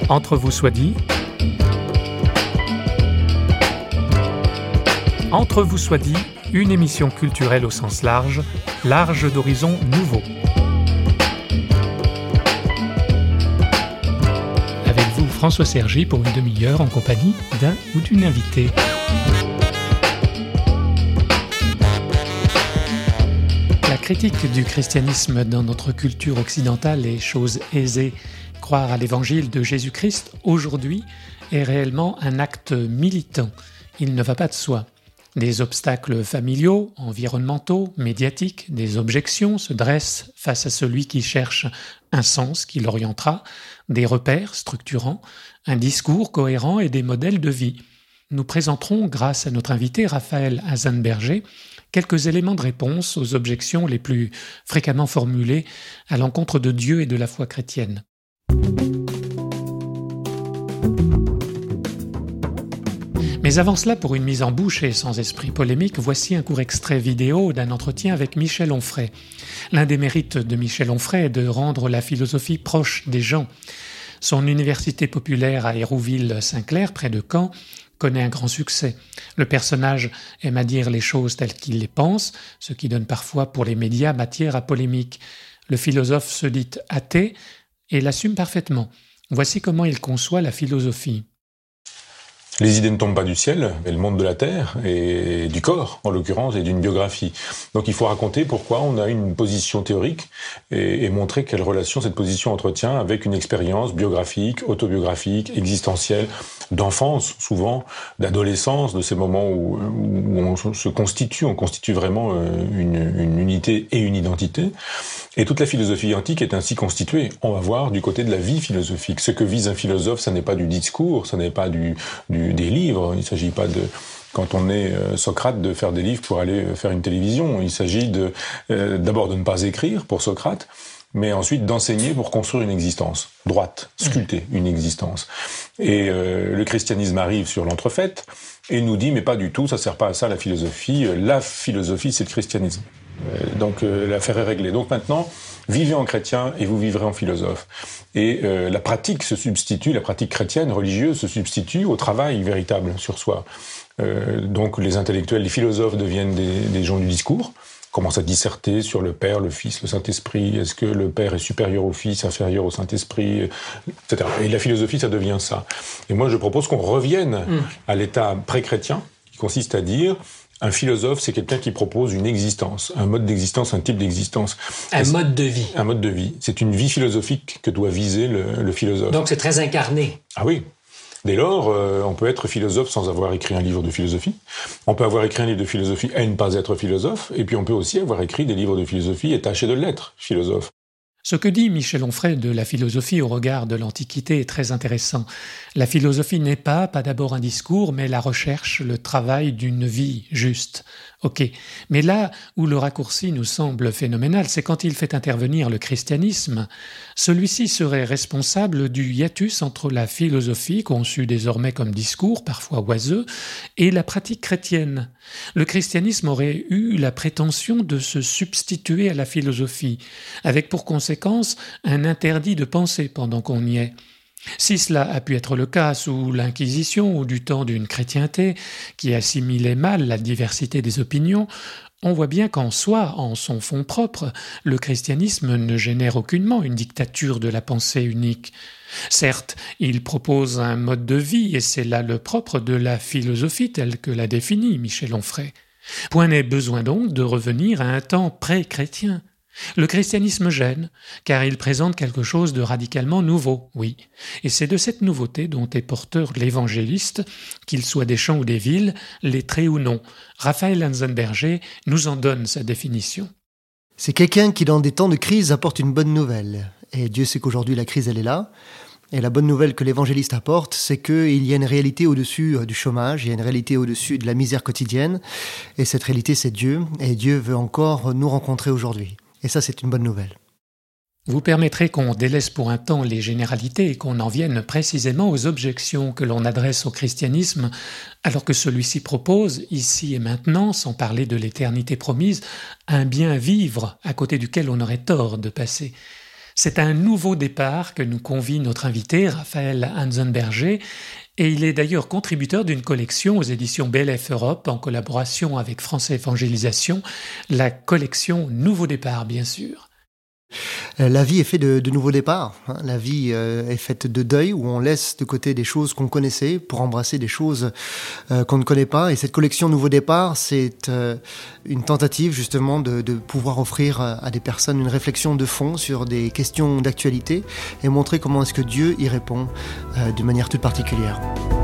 Entre vous soit dit. Entre vous soit dit, une émission culturelle au sens large, large d'horizons nouveaux. Avec vous, François Sergi, pour une demi-heure en compagnie d'un ou d'une invitée. La critique du christianisme dans notre culture occidentale est chose aisée. Croire à l'évangile de Jésus-Christ aujourd'hui est réellement un acte militant. Il ne va pas de soi. Des obstacles familiaux, environnementaux, médiatiques, des objections se dressent face à celui qui cherche un sens qui l'orientera, des repères structurants, un discours cohérent et des modèles de vie. Nous présenterons, grâce à notre invité Raphaël Hasenberger, quelques éléments de réponse aux objections les plus fréquemment formulées à l'encontre de Dieu et de la foi chrétienne. Mais avant cela, pour une mise en bouche et sans esprit polémique, voici un court extrait vidéo d'un entretien avec Michel Onfray. L'un des mérites de Michel Onfray est de rendre la philosophie proche des gens. Son université populaire à Hérouville-Saint-Clair, près de Caen, connaît un grand succès. Le personnage aime à dire les choses telles qu'il les pense, ce qui donne parfois pour les médias matière à polémique. Le philosophe se dit athée et l'assume parfaitement. Voici comment il conçoit la philosophie. Les idées ne tombent pas du ciel, elles montent de la terre et du corps, en l'occurrence, et d'une biographie. Donc il faut raconter pourquoi on a une position théorique et montrer quelle relation cette position entretient avec une expérience biographique, autobiographique, existentielle, d'enfance souvent, d'adolescence, de ces moments où on se constitue, on constitue vraiment une unité et une identité. Et toute la philosophie antique est ainsi constituée. On va voir du côté de la vie philosophique. Ce que vise un philosophe, ça n'est pas du discours, ça n'est pas des livres. Il ne s'agit pas de, quand on est Socrate, de faire des livres pour aller faire une télévision. Il s'agit d'abord de ne pas écrire pour Socrate, mais ensuite d'enseigner pour construire une existence droite, sculpter une existence. Et le christianisme arrive sur l'entrefaite et nous dit, mais pas du tout, ça sert pas à ça la philosophie. La philosophie, c'est le christianisme. Donc l'affaire est réglée. Donc maintenant, vivez en chrétien et vous vivrez en philosophe. Et la pratique chrétienne, religieuse, se substitue au travail véritable sur soi. Donc les intellectuels, les philosophes deviennent des gens du discours, commencent à disserter sur le Père, le Fils, le Saint-Esprit, est-ce que le Père est supérieur au Fils, inférieur au Saint-Esprit, etc. Et la philosophie, ça devient ça. Et moi, je propose qu'on revienne à l'état pré-chrétien, qui consiste à dire... Un philosophe, c'est quelqu'un qui propose une existence, un mode d'existence, un type d'existence. Un mode de vie. Un mode de vie. C'est une vie philosophique que doit viser le philosophe. Donc c'est très incarné. Ah oui. Dès lors, on peut être philosophe sans avoir écrit un livre de philosophie. On peut avoir écrit un livre de philosophie et ne pas être philosophe. Et puis on peut aussi avoir écrit des livres de philosophie et tâcher de l'être philosophe. Ce que dit Michel Onfray de la philosophie au regard de l'Antiquité est très intéressant. La philosophie n'est pas d'abord un discours, mais la recherche, le travail d'une vie juste. Ok, mais là où le raccourci nous semble phénoménal, c'est quand il fait intervenir le christianisme. Celui-ci serait responsable du hiatus entre la philosophie, conçue désormais comme discours, parfois oiseux, et la pratique chrétienne. Le christianisme aurait eu la prétention de se substituer à la philosophie, avec pour conséquence un interdit de penser pendant qu'on y est. Si cela a pu être le cas sous l'Inquisition ou du temps d'une chrétienté qui assimilait mal la diversité des opinions, on voit bien qu'en soi, en son fond propre, le christianisme ne génère aucunement une dictature de la pensée unique. Certes, il propose un mode de vie et c'est là le propre de la philosophie telle que l'a définie Michel Onfray. Point n'est besoin donc de revenir à un temps pré-chrétien. Le christianisme gêne, car il présente quelque chose de radicalement nouveau, oui. Et c'est de cette nouveauté dont est porteur l'évangéliste, qu'il soit des champs ou des villes, lettré ou non. Raphaël Hasenberger nous en donne sa définition. C'est quelqu'un qui, dans des temps de crise, apporte une bonne nouvelle. Et Dieu sait qu'aujourd'hui, la crise, elle est là. Et la bonne nouvelle que l'évangéliste apporte, c'est qu'il y a une réalité au-dessus du chômage, il y a une réalité au-dessus de la misère quotidienne. Et cette réalité, c'est Dieu. Et Dieu veut encore nous rencontrer aujourd'hui. Et ça, c'est une bonne nouvelle. Vous permettrez qu'on délaisse pour un temps les généralités et qu'on en vienne précisément aux objections que l'on adresse au christianisme, alors que celui-ci propose, ici et maintenant, sans parler de l'éternité promise, un bien vivre à côté duquel on aurait tort de passer. C'est un nouveau départ que nous convie notre invité, Raphaël Hanzenberger, et il est d'ailleurs contributeur d'une collection aux éditions BLF Europe en collaboration avec France Évangélisation, la collection Nouveau Départ, bien sûr. La vie est faite de nouveaux départs. La vie est faite de deuil où on laisse de côté des choses qu'on connaissait pour embrasser des choses qu'on ne connaît pas. Et cette collection Nouveau Départ, c'est une tentative justement de pouvoir offrir à des personnes une réflexion de fond sur des questions d'actualité et montrer comment est-ce que Dieu y répond de manière toute particulière.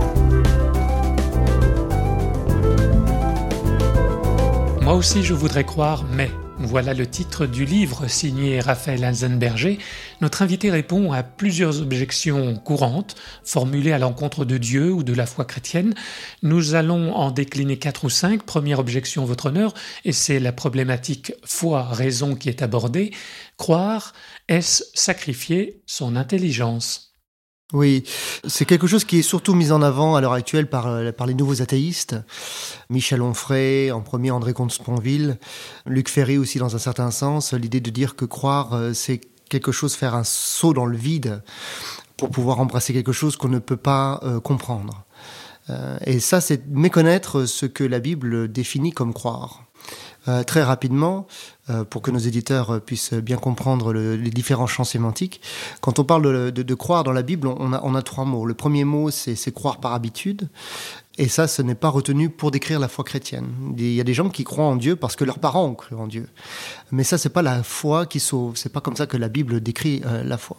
Moi aussi, je voudrais croire, mais... Voilà le titre du livre signé Raphaël Hanzenberger. Notre invité répond à plusieurs objections courantes formulées à l'encontre de Dieu ou de la foi chrétienne. Nous allons en décliner 4 ou 5. Première objection, votre honneur, et c'est la problématique foi-raison qui est abordée. Croire, est-ce sacrifier son intelligence ? Oui, c'est quelque chose qui est surtout mis en avant à l'heure actuelle par les nouveaux athéistes. Michel Onfray, en premier André Comte-Sponville, Luc Ferry aussi dans un certain sens, l'idée de dire que croire, c'est quelque chose, faire un saut dans le vide pour pouvoir embrasser quelque chose qu'on ne peut pas comprendre. Et ça, c'est méconnaître ce que la Bible définit comme croire. Très rapidement, pour que nos éditeurs puissent bien comprendre les différents champs sémantiques. Quand on parle de croire dans la Bible, on a 3 mots. Le premier mot, c'est croire par habitude. Et ça, ce n'est pas retenu pour décrire la foi chrétienne. Il y a des gens qui croient en Dieu parce que leurs parents ont cru en Dieu. Mais ça, c'est pas la foi qui sauve. C'est pas comme ça que la Bible décrit la foi.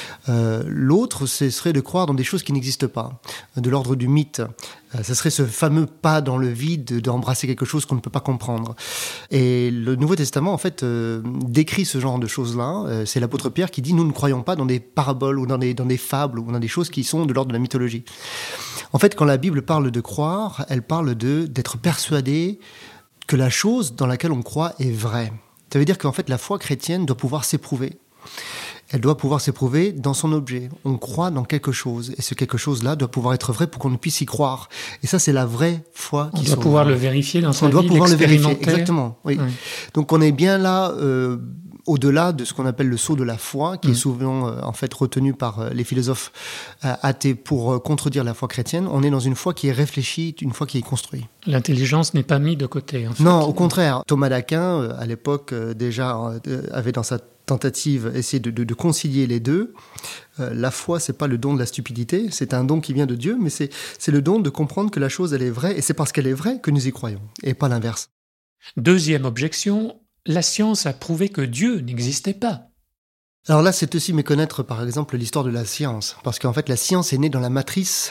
L'autre, ce serait de croire dans des choses qui n'existent pas, de l'ordre du mythe. Ce serait ce fameux pas dans le vide, d'embrasser quelque chose qu'on ne peut pas comprendre. Et le Nouveau Testament, en fait, décrit ce genre de choses-là. C'est l'apôtre Pierre qui dit « Nous ne croyons pas dans des paraboles ou dans des fables ou dans des choses qui sont de l'ordre de la mythologie. » En fait, quand la Bible parle de croire, elle parle d'être persuadé que la chose dans laquelle on croit est vraie. Ça veut dire qu'en fait, la foi chrétienne doit pouvoir s'éprouver. Elle doit pouvoir s'éprouver dans son objet. On croit dans quelque chose, et ce quelque chose-là doit pouvoir être vrai pour qu'on puisse y croire. Et ça, c'est la vraie foi qui sauve. On doit pouvoir le vérifier dans sa vie, on doit pouvoir le vérifier, exactement. Oui. Oui. Donc on est bien là, au-delà de ce qu'on appelle le sceau de la foi, qui est souvent en fait retenu par les philosophes athées pour contredire la foi chrétienne. On est dans une foi qui est réfléchie, une foi qui est construite. L'intelligence n'est pas mise de côté. En fait. Non, au contraire. Thomas d'Aquin, à l'époque, déjà avait dans sa tentative essayé de concilier les deux. La foi, c'est pas le don de la stupidité, c'est un don qui vient de Dieu, mais c'est le don de comprendre que la chose, elle est vraie, et c'est parce qu'elle est vraie que nous y croyons, et pas l'inverse. Deuxième objection, la science a prouvé que Dieu n'existait pas. Alors là, c'est aussi méconnaître, par exemple, l'histoire de la science. Parce qu'en fait, la science est née dans la matrice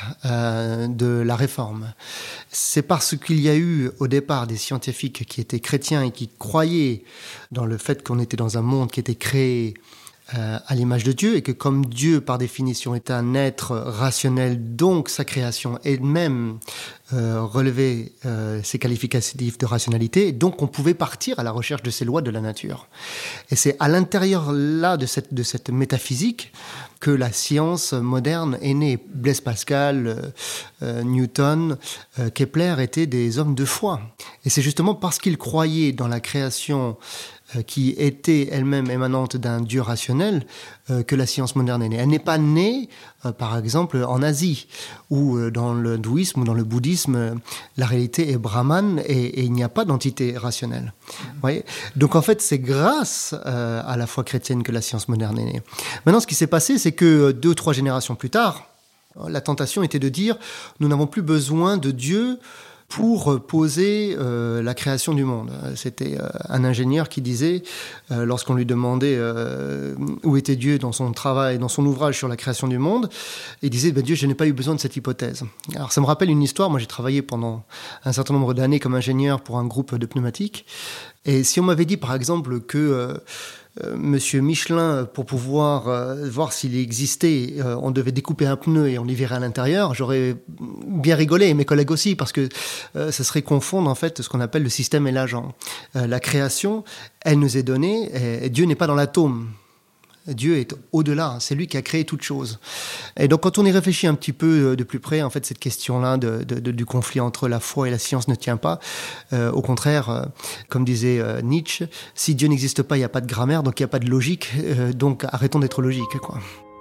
de la Réforme. C'est parce qu'il y a eu, au départ, des scientifiques qui étaient chrétiens et qui croyaient dans le fait qu'on était dans un monde qui était créé à l'image de Dieu, et que comme Dieu, par définition, est un être rationnel, donc sa création elle-même relevait ses qualificatifs de rationalité, donc on pouvait partir à la recherche de ces lois de la nature. Et c'est à l'intérieur là de cette métaphysique que la science moderne est née. Blaise Pascal, Newton, Kepler étaient des hommes de foi. Et c'est justement parce qu'ils croyaient dans la création qui était elle-même émanante d'un Dieu rationnel, que la science moderne est née. Elle n'est pas née, par exemple, en Asie, où dans le hindouisme ou dans le bouddhisme, la réalité est brahmane et il n'y a pas d'entité rationnelle. Vous voyez ? Donc en fait, c'est grâce à la foi chrétienne que la science moderne est née. Maintenant, ce qui s'est passé, c'est que 2 ou 3 générations plus tard, la tentation était de dire « nous n'avons plus besoin de Dieu » pour poser la création du monde. C'était un ingénieur qui disait, lorsqu'on lui demandait où était Dieu dans son travail, dans son ouvrage sur la création du monde, il disait Dieu, je n'ai pas eu besoin de cette hypothèse. Alors ça me rappelle une histoire. Moi, j'ai travaillé pendant un certain nombre d'années comme ingénieur pour un groupe de pneumatiques. Et si on m'avait dit, par exemple, que Monsieur Michelin, pour pouvoir voir s'il existait, on devait découper un pneu et on y verrait à l'intérieur, j'aurais bien rigolé, et mes collègues aussi, parce que ça serait confondre en fait ce qu'on appelle le système et l'agent. La création, elle nous est donnée, et Dieu n'est pas dans l'atome. Dieu est au-delà, c'est lui qui a créé toute chose. Et donc quand on y réfléchit un petit peu de plus près, en fait, cette question-là du conflit entre la foi et la science ne tient pas. Au contraire, comme disait Nietzsche, si Dieu n'existe pas, il n'y a pas de grammaire, donc il n'y a pas de logique, donc arrêtons d'être logiques, quoi.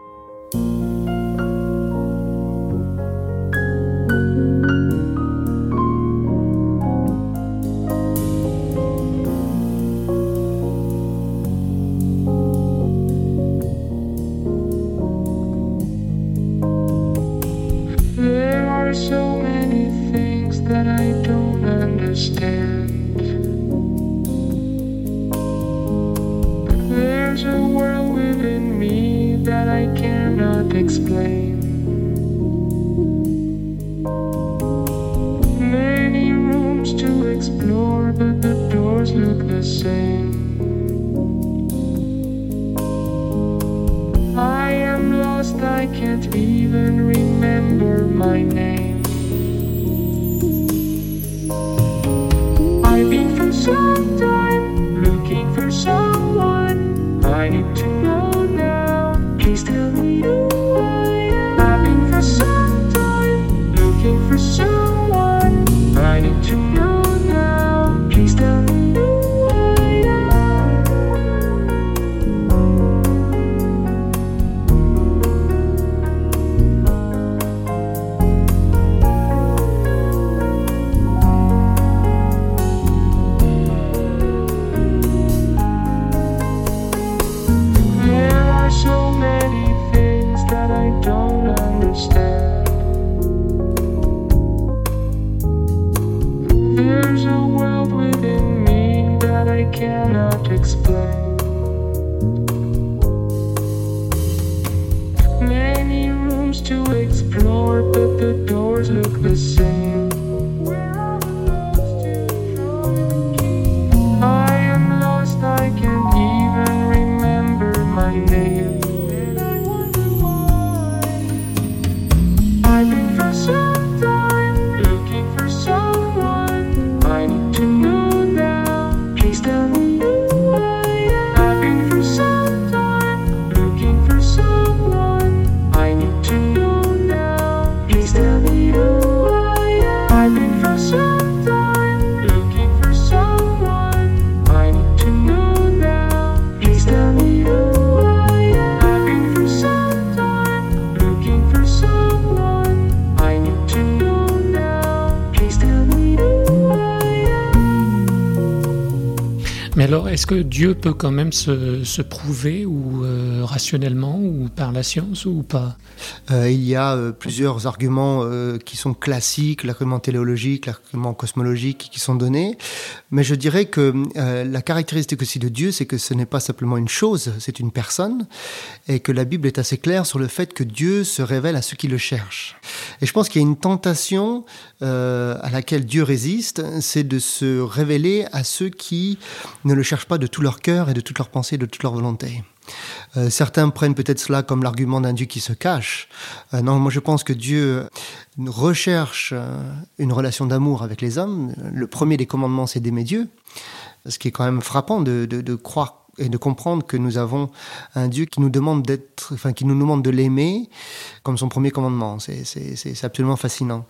Mais alors, est-ce que Dieu peut quand même se prouver ou rationnellement ou par la science ou pas ? Il y a plusieurs arguments qui sont classiques, l'argument téléologique, l'argument cosmologique qui sont donnés. Mais je dirais que la caractéristique aussi de Dieu, c'est que ce n'est pas simplement une chose, c'est une personne. Et que la Bible est assez claire sur le fait que Dieu se révèle à ceux qui le cherchent. Et je pense qu'il y a une tentation à laquelle Dieu résiste, c'est de se révéler à ceux qui ne le cherchent pas de tout leur cœur et de toute leur pensée, de toute leur volonté. Certains prennent peut-être cela comme l'argument d'un Dieu qui se cache. Non, moi je pense que Dieu recherche une relation d'amour avec les hommes. Le premier des commandements, c'est d'aimer Dieu. Ce qui est quand même frappant de croire et de comprendre que nous avons un Dieu qui nous demande qui nous demande de l'aimer comme son premier commandement. C'est absolument fascinant.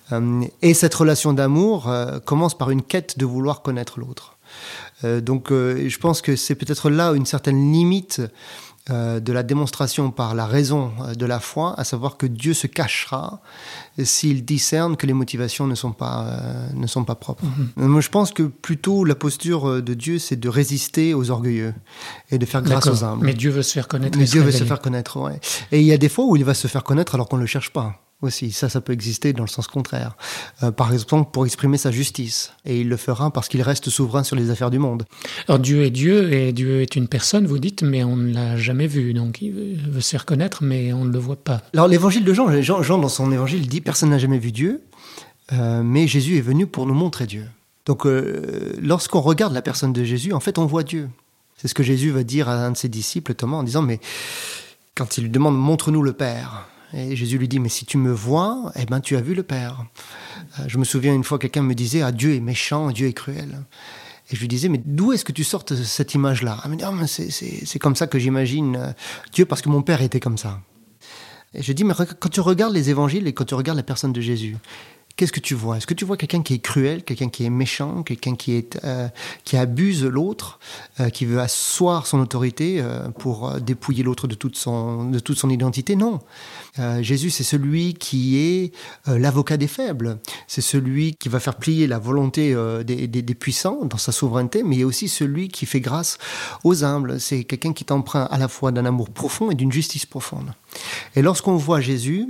Et cette relation d'amour commence par une quête de vouloir connaître l'autre. Donc je pense que c'est peut-être là une certaine limite de la démonstration par la raison de la foi, à savoir que Dieu se cachera s'il discerne que les motivations ne sont pas propres. Moi, je pense que plutôt la posture de Dieu, c'est de résister aux orgueilleux et de faire grâce aux humbles. Mais Dieu veut se faire connaître. Mais Dieu veut se faire connaître, ouais. Et il y a des fois où il va se faire connaître alors qu'on ne le cherche pas. Aussi, ça peut exister dans le sens contraire. Par exemple, pour exprimer sa justice. Et il le fera parce qu'il reste souverain sur les affaires du monde. Alors Dieu est Dieu, et Dieu est une personne, vous dites, mais on ne l'a jamais vu. Donc il veut se faire connaître, mais on ne le voit pas. Alors l'évangile de Jean dans son évangile dit « Personne n'a jamais vu Dieu, mais Jésus est venu pour nous montrer Dieu ». Donc lorsqu'on regarde la personne de Jésus, en fait, on voit Dieu. C'est ce que Jésus va dire à un de ses disciples, Thomas, en disant « Mais quand il lui demande « Montre-nous le Père », et Jésus lui dit, mais si tu me vois, eh ben, tu as vu le Père. Je me souviens une fois, quelqu'un me disait, Dieu est méchant, Dieu est cruel. Et je lui disais, mais d'où est-ce que tu sortes cette image-là? Elle me dit, ah, mais c'est comme ça que j'imagine Dieu, parce que mon père était comme ça. Et je dis, mais quand tu regardes les évangiles et quand tu regardes la personne de Jésus, qu'est-ce que tu vois? Est-ce que tu vois quelqu'un qui est cruel, quelqu'un qui est méchant, quelqu'un qui abuse l'autre, qui veut asseoir son autorité pour dépouiller l'autre de toute son identité? Non. Jésus, c'est celui qui est l'avocat des faibles. C'est celui qui va faire plier la volonté des puissants dans sa souveraineté, mais il est aussi celui qui fait grâce aux humbles. C'est quelqu'un qui est empreint à la fois d'un amour profond et d'une justice profonde. Et lorsqu'on voit Jésus,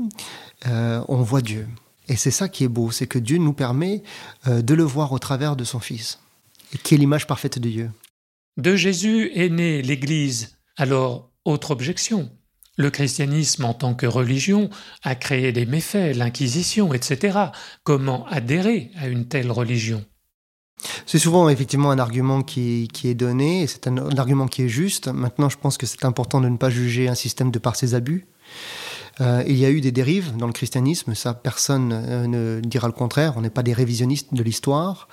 on voit Dieu. Et c'est ça qui est beau, c'est que Dieu nous permet de le voir au travers de son Fils, qui est l'image parfaite de Dieu. De Jésus est née l'Église. Alors, autre objection. Le christianisme en tant que religion a créé des méfaits, l'Inquisition, etc. Comment adhérer à une telle religion ? C'est souvent effectivement un argument qui est donné, et c'est un argument qui est juste. Maintenant, je pense que c'est important de ne pas juger un système de par ses abus. Il y a eu des dérives dans le christianisme, ça personne ne dira le contraire, on n'est pas des révisionnistes de l'histoire.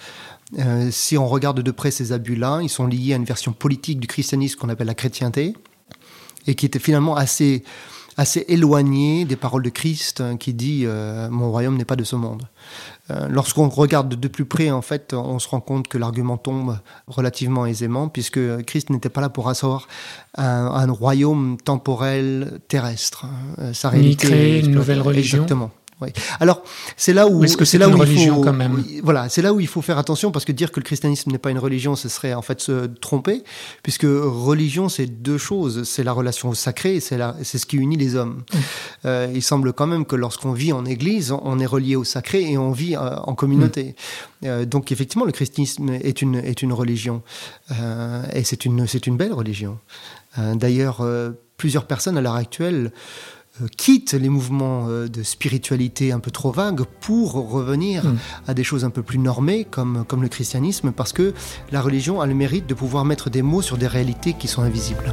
Si on regarde de près ces abus-là, ils sont liés à une version politique du christianisme qu'on appelle la chrétienté, et qui était finalement assez éloignée des paroles de Christ qui dit « Mon royaume n'est pas de ce monde ». Lorsqu'on regarde de plus près, en fait, on se rend compte que l'argument tombe relativement aisément, puisque Christ n'était pas là pour asseoir un royaume temporel terrestre. Sa réalité, ni créer une nouvelle religion. Exactement. Oui. Alors, c'est là où est-ce que c'est une religion quand même ? Voilà, c'est là où il faut faire attention, parce que dire que le christianisme n'est pas une religion, ce serait en fait se tromper, puisque religion, c'est deux choses. C'est la relation au sacré, et c'est ce qui unit les hommes. Il semble quand même que lorsqu'on vit en église, on est relié au sacré et on vit en communauté. Donc effectivement, le christianisme est une religion, et c'est une belle religion. D'ailleurs, plusieurs personnes à l'heure actuelle quittent les mouvements de spiritualité un peu trop vagues pour revenir à des choses un peu plus normées comme le christianisme, parce que la religion a le mérite de pouvoir mettre des mots sur des réalités qui sont invisibles.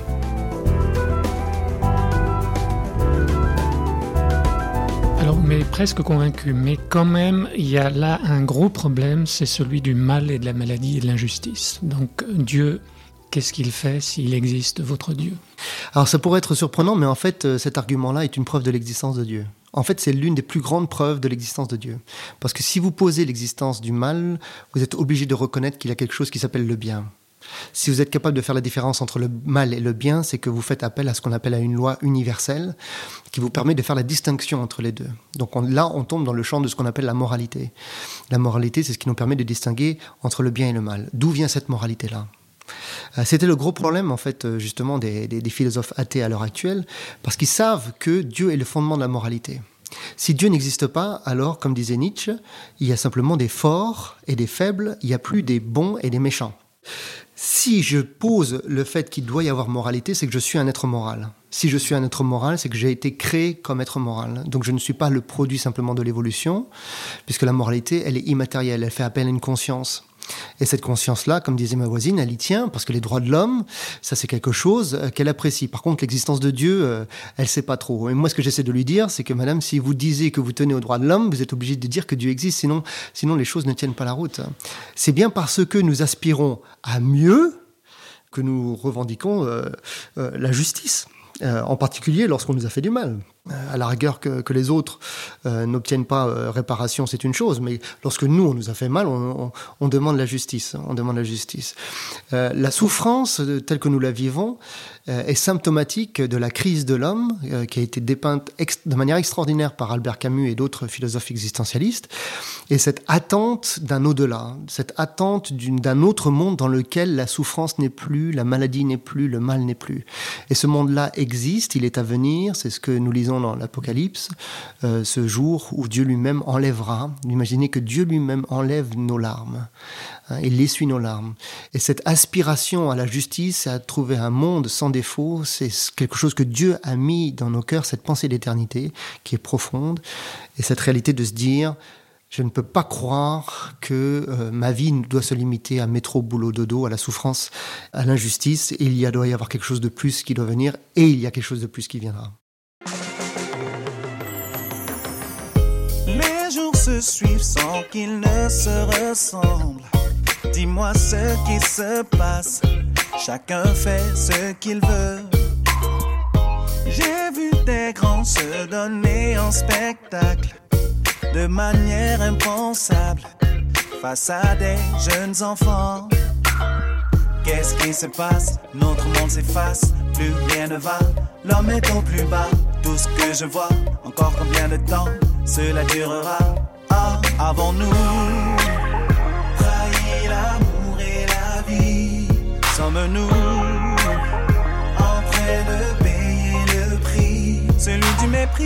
Alors, on est presque convaincu, mais quand même, il y a là un gros problème, c'est celui du mal et de la maladie et de l'injustice. Donc, Dieu, qu'est-ce qu'il fait s'il existe, votre Dieu ? Alors ça pourrait être surprenant, mais en fait, cet argument-là est une preuve de l'existence de Dieu. En fait, c'est l'une des plus grandes preuves de l'existence de Dieu. Parce que si vous posez l'existence du mal, vous êtes obligé de reconnaître qu'il y a quelque chose qui s'appelle le bien. Si vous êtes capable de faire la différence entre le mal et le bien, c'est que vous faites appel à ce qu'on appelle à une loi universelle qui vous permet de faire la distinction entre les deux. Donc là, on tombe dans le champ de ce qu'on appelle la moralité. La moralité, c'est ce qui nous permet de distinguer entre le bien et le mal. D'où vient cette moralité-là ? C'était le gros problème, en fait, justement, des philosophes athées à l'heure actuelle, parce qu'ils savent que Dieu est le fondement de la moralité. Si Dieu n'existe pas, alors, comme disait Nietzsche, il y a simplement des forts et des faibles, il n'y a plus des bons et des méchants. Si je pose le fait qu'il doit y avoir moralité, c'est que je suis un être moral. Si je suis un être moral, c'est que j'ai été créé comme être moral. Donc je ne suis pas le produit simplement de l'évolution, puisque la moralité, elle est immatérielle, elle fait appel à une conscience. Et cette conscience-là, comme disait ma voisine, elle y tient, parce que les droits de l'homme, ça c'est quelque chose qu'elle apprécie. Par contre, l'existence de Dieu, elle sait pas trop. Et moi, ce que j'essaie de lui dire, c'est que madame, si vous disiez que vous tenez aux droits de l'homme, vous êtes obligé de dire que Dieu existe, sinon les choses ne tiennent pas la route. C'est bien parce que nous aspirons à mieux que nous revendiquons la justice. En particulier lorsqu'on nous a fait du mal. À la rigueur que les autres n'obtiennent pas réparation, c'est une chose, mais lorsque nous, on nous a fait mal, on demande la justice. On demande la justice. La souffrance, telle que nous la vivons, est symptomatique de la crise de l'homme, qui a été dépeinte de manière extraordinaire par Albert Camus et d'autres philosophes existentialistes, et cette attente d'un au-delà, cette attente d'un autre monde dans lequel la souffrance n'est plus, la maladie n'est plus, le mal n'est plus. Et ce monde-là existe, il est à venir, c'est ce que nous lisons dans l'Apocalypse, ce jour où Dieu lui-même enlèvera. Imaginez que Dieu lui-même enlève nos larmes, il essuie nos larmes. Et cette aspiration à la justice, à trouver un monde sans défaut, c'est quelque chose que Dieu a mis dans nos cœurs, cette pensée d'éternité qui est profonde, et cette réalité de se dire: je ne peux pas croire que ma vie doit se limiter à métro, boulot, dodo, à la souffrance, à l'injustice. Il doit y avoir quelque chose de plus qui doit venir, et il y a quelque chose de plus qui viendra. Les jours se suivent sans qu'ils ne se ressemblent. Dis-moi ce qui se passe, chacun fait ce qu'il veut. J'ai vu des grands se donner en spectacle de manière impensable face à des jeunes enfants. Qu'est-ce qui se passe? Notre monde s'efface, plus rien ne va. L'homme est au plus bas, tout ce que je vois. Encore combien de temps cela durera? Ah, avons-nous trahi l'amour et la vie? Sommes-nous en train de payer le prix? Celui du mépris,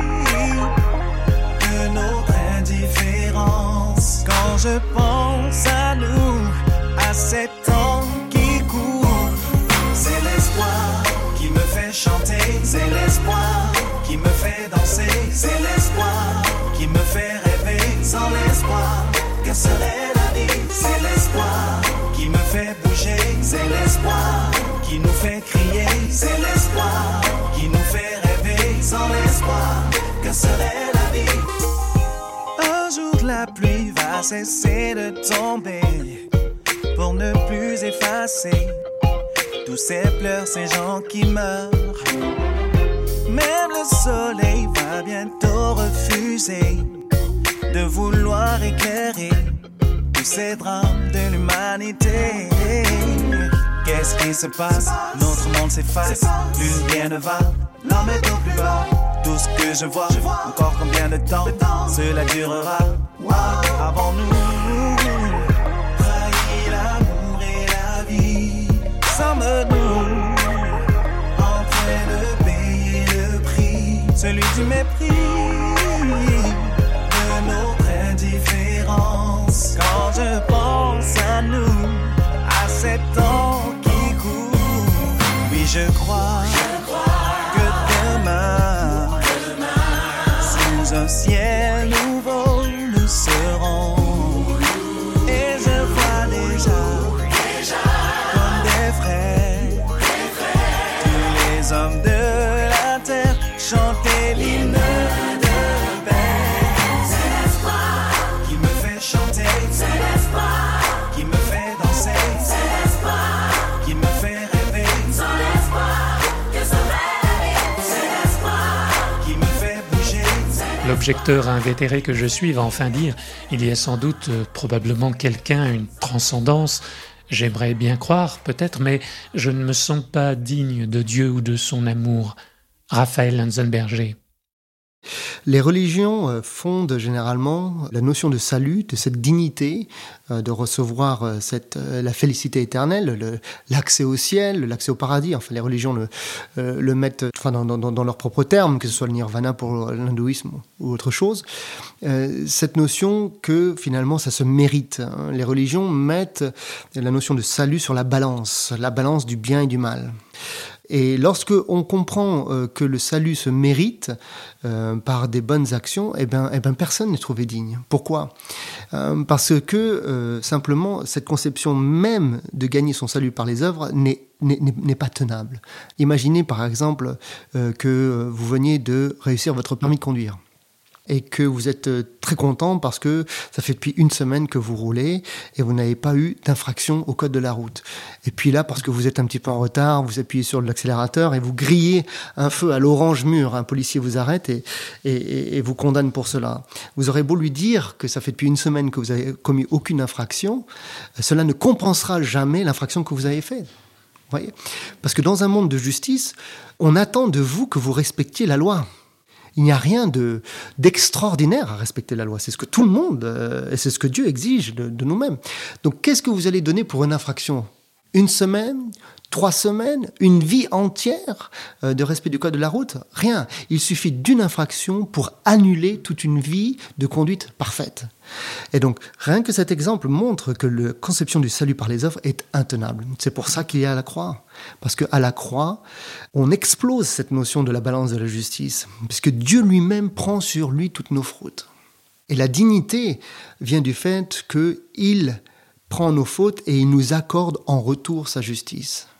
de notre indifférence. Quand je pense à nous, à cet temps qui court, c'est l'espoir qui me fait chanter, c'est l'espoir qui me fait danser, c'est l'espoir qui me fait rêver. Sans l'espoir, que serait la vie? C'est l'espoir qui me fait bouger, c'est l'espoir qui nous fait crier, c'est l'espoir qui nous fait rêver. Sans l'espoir, que serait la vie? Un jour la pluie va cesser de tomber pour ne plus effacer tous ces pleurs, ces gens qui meurent. Même le soleil va bientôt refuser de vouloir éclairer tous ces drames de l'humanité. Qu'est-ce qui se passe? Notre monde s'efface, plus rien ne va. L'homme est au plus bas, tout ce que je vois. Encore combien de temps cela durera? Avons-nous trahi l'amour et la vie? Sommes-nous en train de payer le prix? Celui du mépris, de notre indifférence. Quand je pense à nous, à cet temps qui court, oui je crois que demain, sous un ciel nouveau, nous serons. Et je vois déjà comme des frères, tous les hommes de la terre chanter l'hymne de paix. C'est l'espoir qui me fait chanter, c'est l'espoir qui me fait danser, c'est l'espoir qui me fait rêver. Sans l'espoir, que serait la vie? C'est l'espoir qui me fait bouger. L'objecteur invétéré que je suis va enfin dire « Il y a sans doute, probablement quelqu'un, une transcendance. J'aimerais bien croire, peut-être, mais je ne me sens pas digne de Dieu ou de son amour. » Raphaël Lanzenberger. Les religions fondent généralement la notion de salut, de cette dignité, de recevoir la félicité éternelle, l'accès au ciel, l'accès au paradis. Enfin, les religions le mettent dans leurs propres termes, que ce soit le nirvana pour l'hindouisme ou autre chose. Cette notion que finalement ça se mérite. Les religions mettent la notion de salut sur la balance du bien et du mal. Et lorsque on comprend que le salut se mérite par des bonnes actions, eh ben personne n'est trouvé digne. Pourquoi ? Parce que simplement cette conception même de gagner son salut par les œuvres n'est pas tenable. Imaginez par exemple que vous veniez de réussir votre permis de conduire. Et que vous êtes très content parce que ça fait depuis une semaine que vous roulez et vous n'avez pas eu d'infraction au code de la route. Et puis là, parce que vous êtes un petit peu en retard, vous appuyez sur l'accélérateur et vous grillez un feu à l'orange mûr. Un policier vous arrête et vous condamne pour cela. Vous aurez beau lui dire que ça fait depuis une semaine que vous avez commis aucune infraction, cela ne compensera jamais l'infraction que vous avez faite. Vous voyez ? Parce que dans un monde de justice, on attend de vous que vous respectiez la loi. Il n'y a rien d'extraordinaire à respecter la loi. C'est ce que tout le monde, et c'est ce que Dieu exige de nous-mêmes. Donc, qu'est-ce que vous allez donner pour une infraction ? 1 semaine, 3 semaines, une vie entière de respect du code de la route ? Rien. Il suffit d'une infraction pour annuler toute une vie de conduite parfaite. Et donc, rien que cet exemple montre que la conception du salut par les œuvres est intenable. C'est pour ça qu'il y a la croix. Parce qu'à la croix, on explose cette notion de la balance de la justice, puisque Dieu lui-même prend sur lui toutes nos fautes. Et la dignité vient du fait qu'il prend nos fautes et il nous accorde en retour sa justice.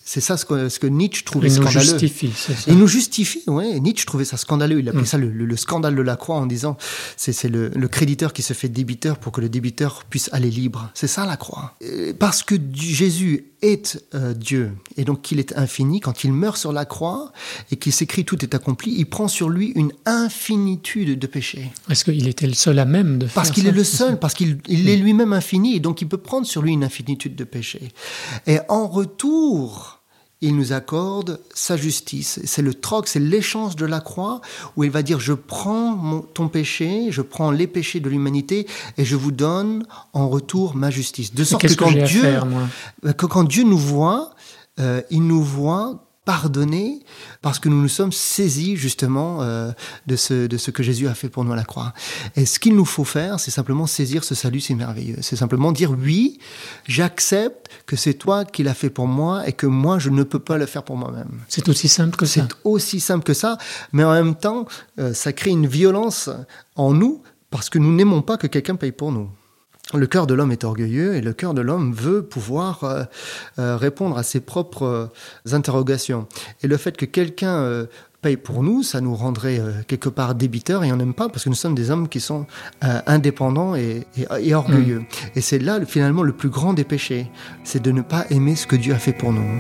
C'est ça ce que Nietzsche trouvait Il nous scandaleux. justifie, c'est ça. Il nous justifie, ouais. Nietzsche trouvait ça scandaleux. Il appelait ça le scandale de la croix en disant c'est le créditeur qui se fait débiteur pour que le débiteur puisse aller libre. C'est ça la croix. Parce que Jésus est Dieu et donc qu'il est infini, quand il meurt sur la croix et qu'il s'écrit tout est accompli, il prend sur lui une infinitude de péchés. Est-ce qu'il était le seul à même de faire ça? Parce qu'il est le seul, parce qu'il est lui-même infini et donc il peut prendre sur lui une infinitude de péchés. Et en retour, il nous accorde sa justice. C'est le troc, c'est l'échange de la croix où il va dire je prends ton péché, je prends les péchés de l'humanité et je vous donne en retour ma justice. De sorte que quand Dieu nous voit, il nous voit pardonner parce que nous nous sommes saisis justement de ce que Jésus a fait pour nous à la croix. Et ce qu'il nous faut faire, c'est simplement saisir ce salut si merveilleux. C'est simplement dire oui, j'accepte que c'est toi qui l'as fait pour moi et que moi je ne peux pas le faire pour moi-même. C'est aussi simple que ça. C'est aussi simple que ça, mais en même temps, ça crée une violence en nous parce que nous n'aimons pas que quelqu'un paye pour nous. Le cœur de l'homme est orgueilleux et le cœur de l'homme veut pouvoir répondre à ses propres interrogations. Et le fait que quelqu'un paye pour nous, ça nous rendrait quelque part débiteurs et on n'aime pas parce que nous sommes des hommes qui sont indépendants et orgueilleux. Et c'est là finalement le plus grand des péchés, c'est de ne pas aimer ce que Dieu a fait pour nous.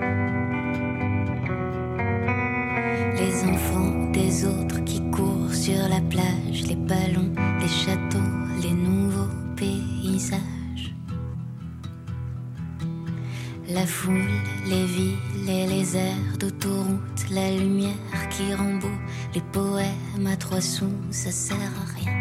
Les enfants des autres qui courent sur la plage, les ballons, les châteaux, les nouveaux paysages. La foule, les villes et les airs d'autoroute, la lumière qui rend beau, les poèmes à 3 sous, ça sert à rien.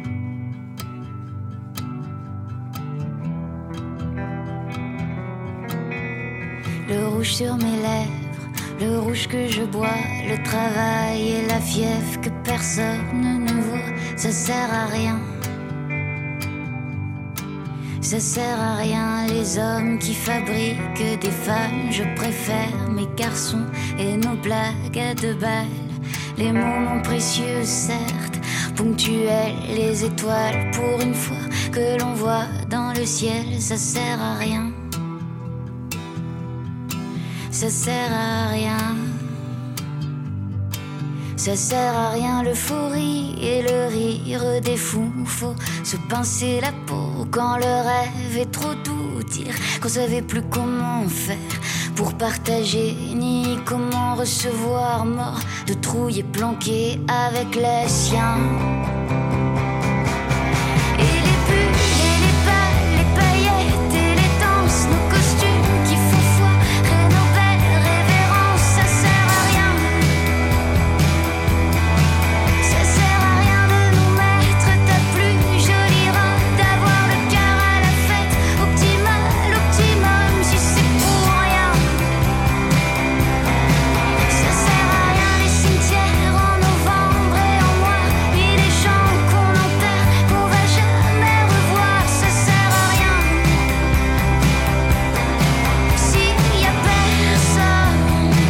Le rouge sur mes lèvres, le rouge que je bois, le travail et la fièvre que personne ne voit, ça sert à rien. Ça sert à rien les hommes qui fabriquent des femmes. Je préfère mes garçons et nos blagues à 2 balles. Les moments précieux certes, ponctuels, les étoiles pour une fois que l'on voit dans le ciel. Ça sert à rien. Ça sert à rien. Ça sert à rien l'euphorie et le rire des fous. Faut se pincer la peau quand le rêve est trop doux. Dire qu'on savait plus comment faire pour partager, ni comment recevoir, mort de trouille et planqué avec les siens. Et les bulles et les balles, les paillettes et les danses, nos costumes qui font foirer nos belles révérences, ça sert à rien. Ça sert à rien de nous mettre ta plus jolie robe, d'avoir le cœur à la fête, optimum, si c'est pour rien. Ça sert à rien les cimetières en novembre et en mois, ni les gens qu'on enterre, qu'on va jamais revoir. Ça sert à rien. S'il y a personne,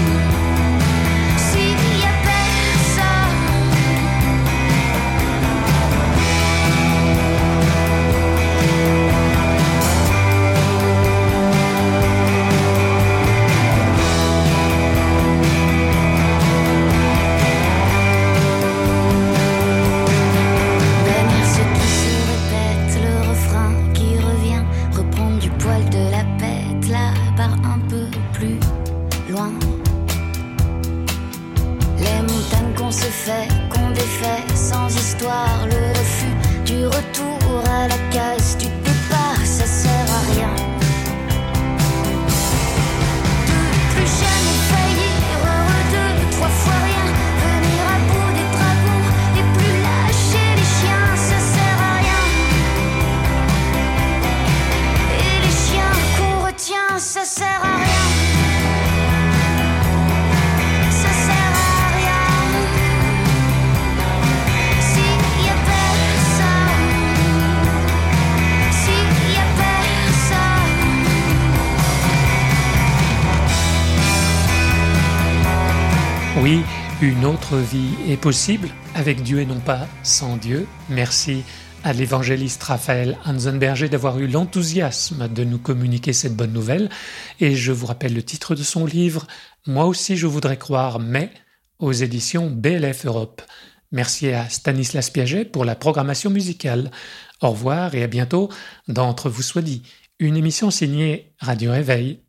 s'il y a personne. Bannir ce qui se répète, le refrain qui revient, reprendre du poil de la bête, la barre un peu plus loin. Les montagnes qu'on se fait, qu'on défait, sans histoire, le refus du retour à la case du départ, ça sert à rien. De plus jamais faillir, heureux 2, 3 fois rien, venir à bout des dragons et plus lâcher les chiens, ça sert à rien. Et les chiens qu'on retient, ça sert à rien. Ça sert à rien. S'il y a personne, s'il y a personne. Oui, une autre vie est possible avec Dieu et non pas sans Dieu. Merci à l'évangéliste Raphaël Hansenberger d'avoir eu l'enthousiasme de nous communiquer cette bonne nouvelle. Et je vous rappelle le titre de son livre « Moi aussi je voudrais croire, mais » aux éditions BLF Europe. Merci à Stanislas Piaget pour la programmation musicale. Au revoir et à bientôt dans Entre vous soit dit, une émission signée Radio Réveil.